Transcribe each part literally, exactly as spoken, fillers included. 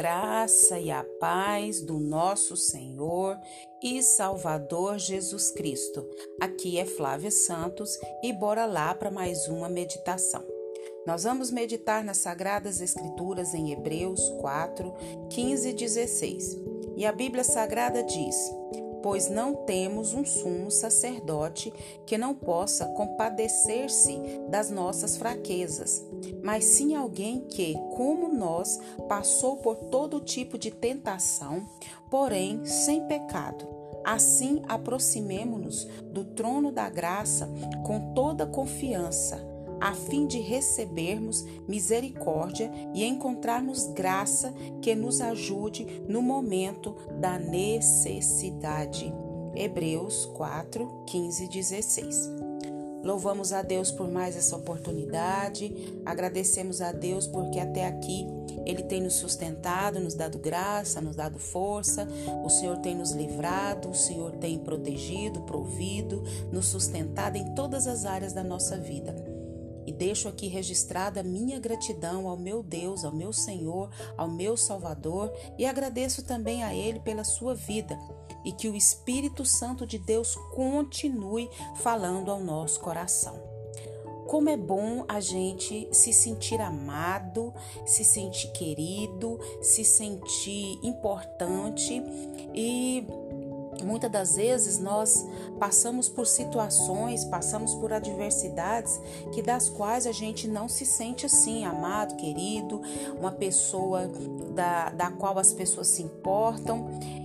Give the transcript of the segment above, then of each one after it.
graça e a paz do nosso Senhor e Salvador Jesus Cristo. Aqui é Flávia Santos e bora lá para mais uma meditação. Nós vamos meditar nas Sagradas Escrituras em Hebreus quatro, quinze e dezesseis. E a Bíblia Sagrada diz: pois não temos um sumo sacerdote que não possa compadecer-se das nossas fraquezas, mas sim alguém que, como nós, passou por todo tipo de tentação, porém sem pecado. Assim, aproximemo-nos do trono da graça com toda confiança, a fim de recebermos misericórdia e encontrarmos graça que nos ajude no momento da necessidade. Hebreus quatro, quinze e dezesseis. Louvamos a Deus por mais essa oportunidade, agradecemos a Deus porque até aqui Ele tem nos sustentado, nos dado graça, nos dado força, o Senhor tem nos livrado, o Senhor tem protegido, provido, nos sustentado em todas as áreas da nossa vida. E deixo aqui registrada a minha gratidão ao meu Deus, ao meu Senhor, ao meu Salvador, e agradeço também a Ele pela sua vida, e que o Espírito Santo de Deus continue falando ao nosso coração. Como é bom a gente se sentir amado, se sentir querido, se sentir importante, e muitas das vezes nós passamos por situações, passamos por adversidades que das quais a gente não se sente assim, amado, querido, uma pessoa da, da qual as pessoas se importam.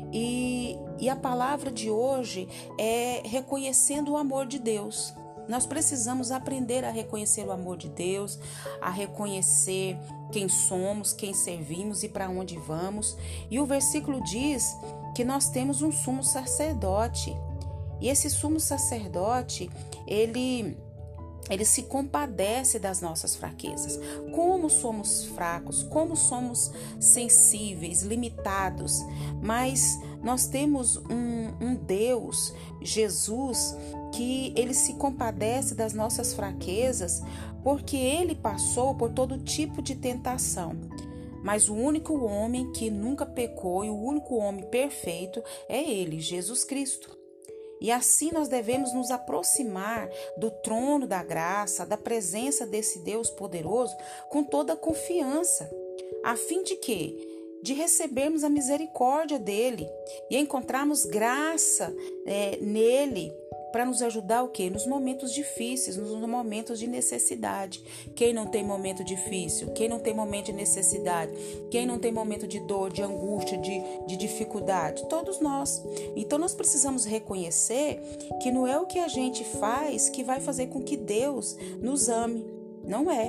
E, e a palavra de hoje é reconhecendo o amor de Deus. Nós precisamos aprender a reconhecer o amor de Deus, a reconhecer quem somos, quem servimos e para onde vamos. E o versículo diz que nós temos um sumo sacerdote. E esse sumo sacerdote, ele, ele se compadece das nossas fraquezas. Como somos fracos, como somos sensíveis, limitados, mas nós temos um, um Deus, Jesus, que ele se compadece das nossas fraquezas, porque ele passou por todo tipo de tentação. Mas o único homem que nunca pecou e o único homem perfeito é ele, Jesus Cristo. E assim nós devemos nos aproximar do trono da graça, da presença desse Deus poderoso com toda a confiança, a fim de quê? De recebermos a misericórdia dele e encontrarmos graça é, nele, para nos ajudar o quê? Nos momentos difíceis, nos momentos de necessidade. Quem não tem momento difícil? Quem não tem momento de necessidade? Quem não tem momento de dor, de angústia, de, de dificuldade? Todos nós. Então nós precisamos reconhecer que não é o que a gente faz que vai fazer com que Deus nos ame. Não é.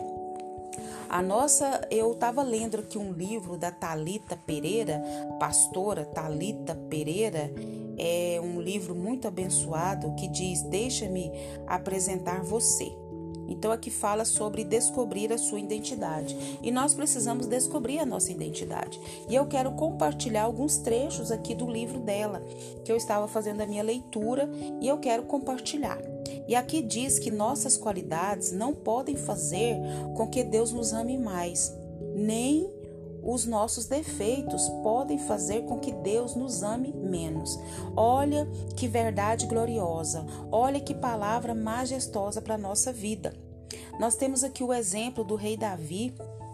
A nossa, eu estava lendo aqui um livro da Thalita Pereira, pastora Thalita Pereira, é um livro muito abençoado que diz: deixa-me apresentar você. Então aqui fala sobre descobrir a sua identidade. E nós precisamos descobrir a nossa identidade. E eu quero compartilhar alguns trechos aqui do livro dela, que eu estava fazendo a minha leitura e eu quero compartilhar. E aqui diz que nossas qualidades não podem fazer com que Deus nos ame mais, nem os nossos defeitos podem fazer com que Deus nos ame menos. Olha que verdade gloriosa, olha que palavra majestosa para a nossa vida. Nós temos aqui o exemplo do rei Davi,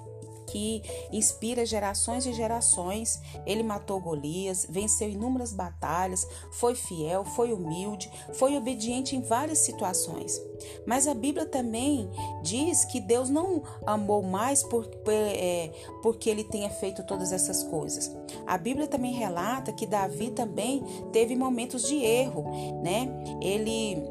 que inspira gerações e gerações. Ele matou Golias, venceu inúmeras batalhas, foi fiel, foi humilde, foi obediente em várias situações. Mas a Bíblia também diz que Deus não amou mais por, é, porque ele tenha feito todas essas coisas. A Bíblia também relata que Davi também teve momentos de erro, né? Ele...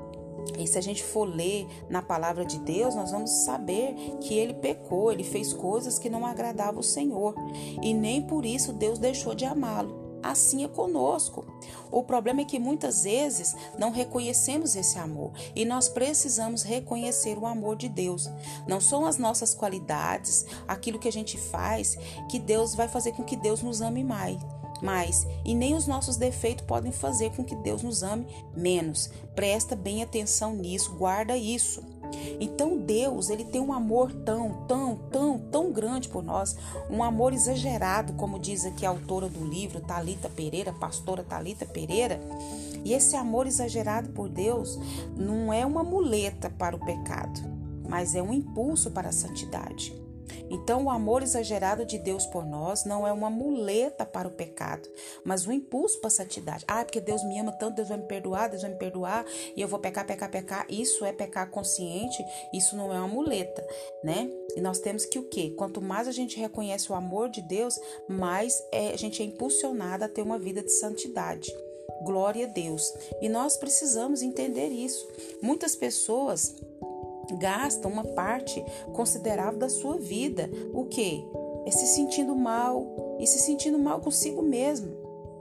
E se a gente for ler na palavra de Deus, nós vamos saber que ele pecou, ele fez coisas que não agradavam o Senhor. E nem por isso Deus deixou de amá-lo. Assim é conosco. O problema é que muitas vezes não reconhecemos esse amor. E nós precisamos reconhecer o amor de Deus. Não são as nossas qualidades, aquilo que a gente faz, que Deus vai fazer com que Deus nos ame mais. mais, e nem os nossos defeitos podem fazer com que Deus nos ame menos. Presta bem atenção nisso, guarda isso. Então Deus, ele tem um amor tão, tão, tão, tão grande por nós, um amor exagerado, como diz aqui a autora do livro, Thalita Pereira, pastora Thalita Pereira. E esse amor exagerado por Deus não é uma muleta para o pecado, mas é um impulso para a santidade. Então, o amor exagerado de Deus por nós não é uma muleta para o pecado, mas um impulso para a santidade. Ah, porque Deus me ama tanto, Deus vai me perdoar, Deus vai me perdoar, e eu vou pecar, pecar, pecar. Isso é pecar consciente, isso não é uma muleta, né? E nós temos que o quê? Quanto mais a gente reconhece o amor de Deus, mais é, a gente é impulsionada a ter uma vida de santidade. Glória a Deus. E nós precisamos entender isso. Muitas pessoas gastam uma parte considerável da sua vida. O quê? É se sentindo mal e se sentindo mal consigo mesmo.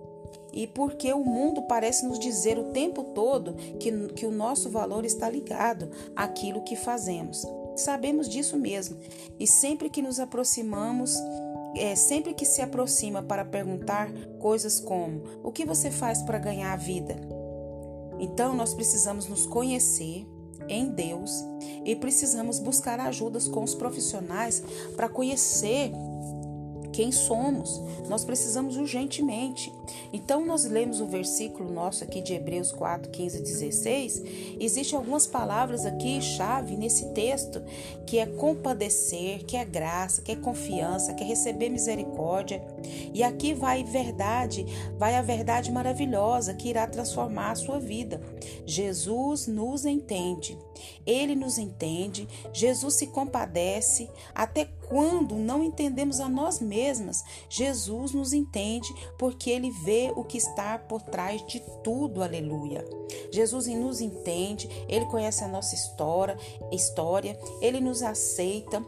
E porque o mundo parece nos dizer o tempo todo que, que o nosso valor está ligado àquilo que fazemos. Sabemos disso mesmo. E sempre que nos aproximamos, é, sempre que se aproxima para perguntar coisas como: o que você faz para ganhar a vida? Então nós precisamos nos conhecer em Deus e precisamos buscar ajudas com os profissionais para conhecer quem somos. Nós precisamos urgentemente. Então nós lemos o versículo nosso aqui de Hebreus quatro, quinze, dezesseis. Existem algumas palavras aqui chave nesse texto, que é compadecer, que é graça, que é confiança, que é receber misericórdia. E aqui vai verdade, vai a verdade maravilhosa que irá transformar a sua vida. Jesus nos entende. Ele nos entende. Jesus se compadece. Até quando não entendemos a nós mesmas, Jesus nos entende, porque Ele vê o que está por trás de tudo, aleluia. Jesus nos entende, Ele conhece a nossa história, história Ele nos aceita,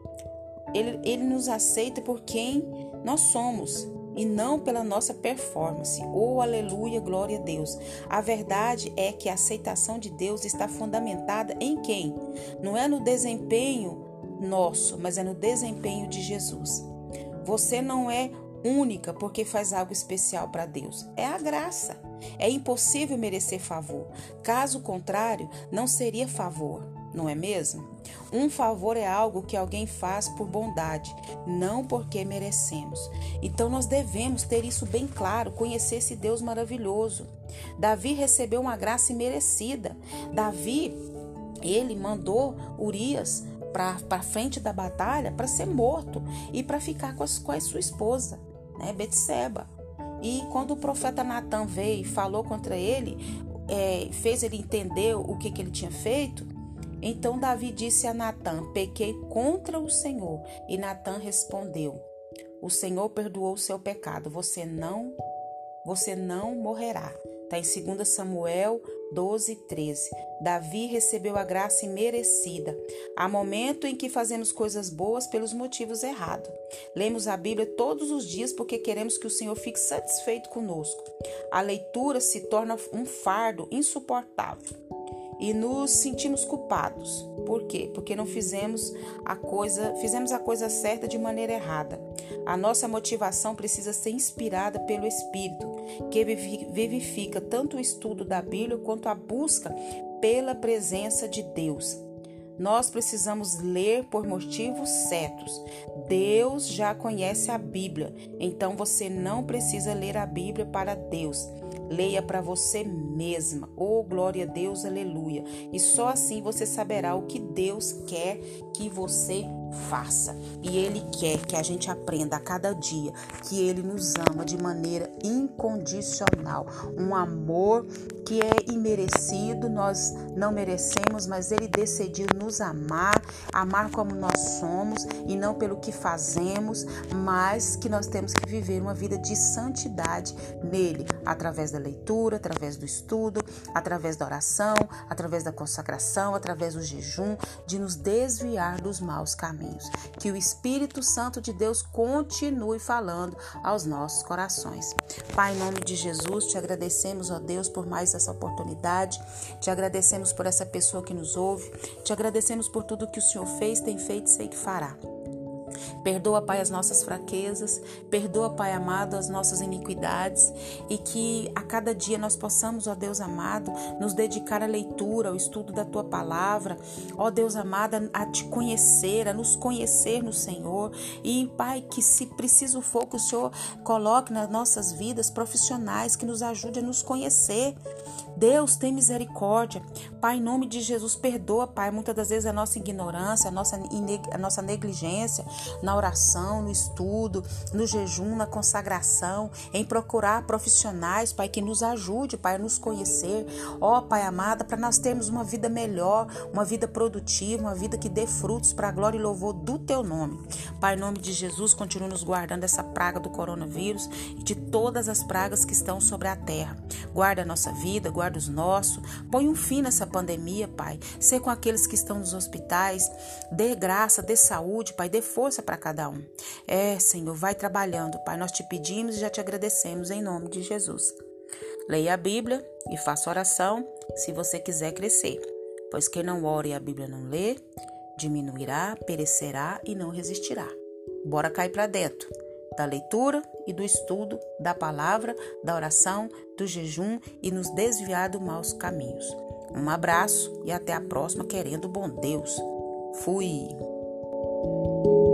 Ele, Ele nos aceita por quem nós somos e não pela nossa performance. Oh, aleluia, glória a Deus. A verdade é que a aceitação de Deus está fundamentada em quem? Não é no desempenho nosso, mas é no desempenho de Jesus. Você não é única porque faz algo especial para Deus. É a graça. É impossível merecer favor. Caso contrário, não seria favor, não é mesmo? Um favor é algo que alguém faz por bondade, não porque merecemos. Então nós devemos ter isso bem claro, conhecer esse Deus maravilhoso. Davi recebeu uma graça imerecida. Davi, ele mandou Urias para a frente da batalha para ser morto e para ficar com, as, com a sua esposa, né, Betseba. E quando o profeta Natan veio e falou contra ele, é, fez ele entender o que, que ele tinha feito, então Davi disse a Natan: pequei contra o Senhor. E Natan respondeu: o Senhor perdoou o seu pecado, você não, você não morrerá. Está em dois Samuel doze, treze. Davi recebeu a graça imerecida. Há momento em que fazemos coisas boas pelos motivos errados. Lemos a Bíblia todos os dias porque queremos que o Senhor fique satisfeito conosco. A leitura se torna um fardo insuportável e nos sentimos culpados. Por quê? Porque não fizemos a coisa, fizemos a coisa certa de maneira errada. A nossa motivação precisa ser inspirada pelo Espírito, que vivifica tanto o estudo da Bíblia quanto a busca pela presença de Deus. Nós precisamos ler por motivos certos. Deus já conhece a Bíblia, então você não precisa ler a Bíblia para Deus. Leia para você mesma. Oh, glória a Deus, aleluia. E só assim você saberá o que Deus quer que você faça. E Ele quer que a gente aprenda a cada dia que Ele nos ama de maneira incondicional. Um amor que é imerecido, nós não merecemos, mas Ele decidiu nos amar, amar como nós somos e não pelo que fazemos, mas que nós temos que viver uma vida de santidade nele, através da leitura, através do estudo, através da oração, através da consagração, através do jejum, de nos desviar dos maus caminhos. Que o Espírito Santo de Deus continue falando aos nossos corações. Pai, em nome de Jesus, te agradecemos, ó Deus, por mais essa oportunidade, te agradecemos por essa pessoa que nos ouve, te agradecemos por tudo que o Senhor fez, tem feito e sei que fará. Perdoa, Pai, as nossas fraquezas, perdoa, Pai amado, as nossas iniquidades e que a cada dia nós possamos, ó Deus amado, nos dedicar à leitura, ao estudo da Tua palavra, ó Deus amado, a Te conhecer, a nos conhecer no Senhor e, Pai, que se preciso for que o Senhor coloque nas nossas vidas profissionais que nos ajude a nos conhecer. Deus, tem misericórdia. Pai, em nome de Jesus, perdoa, Pai, muitas das vezes a nossa ignorância, a nossa, a nossa negligência na oração, no estudo, no jejum, na consagração, em procurar profissionais, Pai, que nos ajude, Pai, a nos conhecer. Ó, Pai amada, para nós termos uma vida melhor, uma vida produtiva, uma vida que dê frutos para a glória e louvor do Teu nome. Pai, em nome de Jesus, continue nos guardando dessa praga do coronavírus e de todas as pragas que estão sobre a terra. Guarda a nossa vida, guarda os nossos, põe um fim nessa pandemia, Pai. Sê com aqueles que estão nos hospitais, dê graça, dê saúde, Pai, dê força para cada um. É, Senhor, vai trabalhando, Pai. Nós te pedimos e já te agradecemos em nome de Jesus. Leia a Bíblia e faça oração se você quiser crescer, pois quem não ora e a Bíblia não lê, diminuirá, perecerá e não resistirá. Bora cair para dentro da leitura e do estudo da palavra, da oração, do jejum e nos desviar dos maus caminhos. Um abraço e até a próxima, querendo bom Deus. Fui!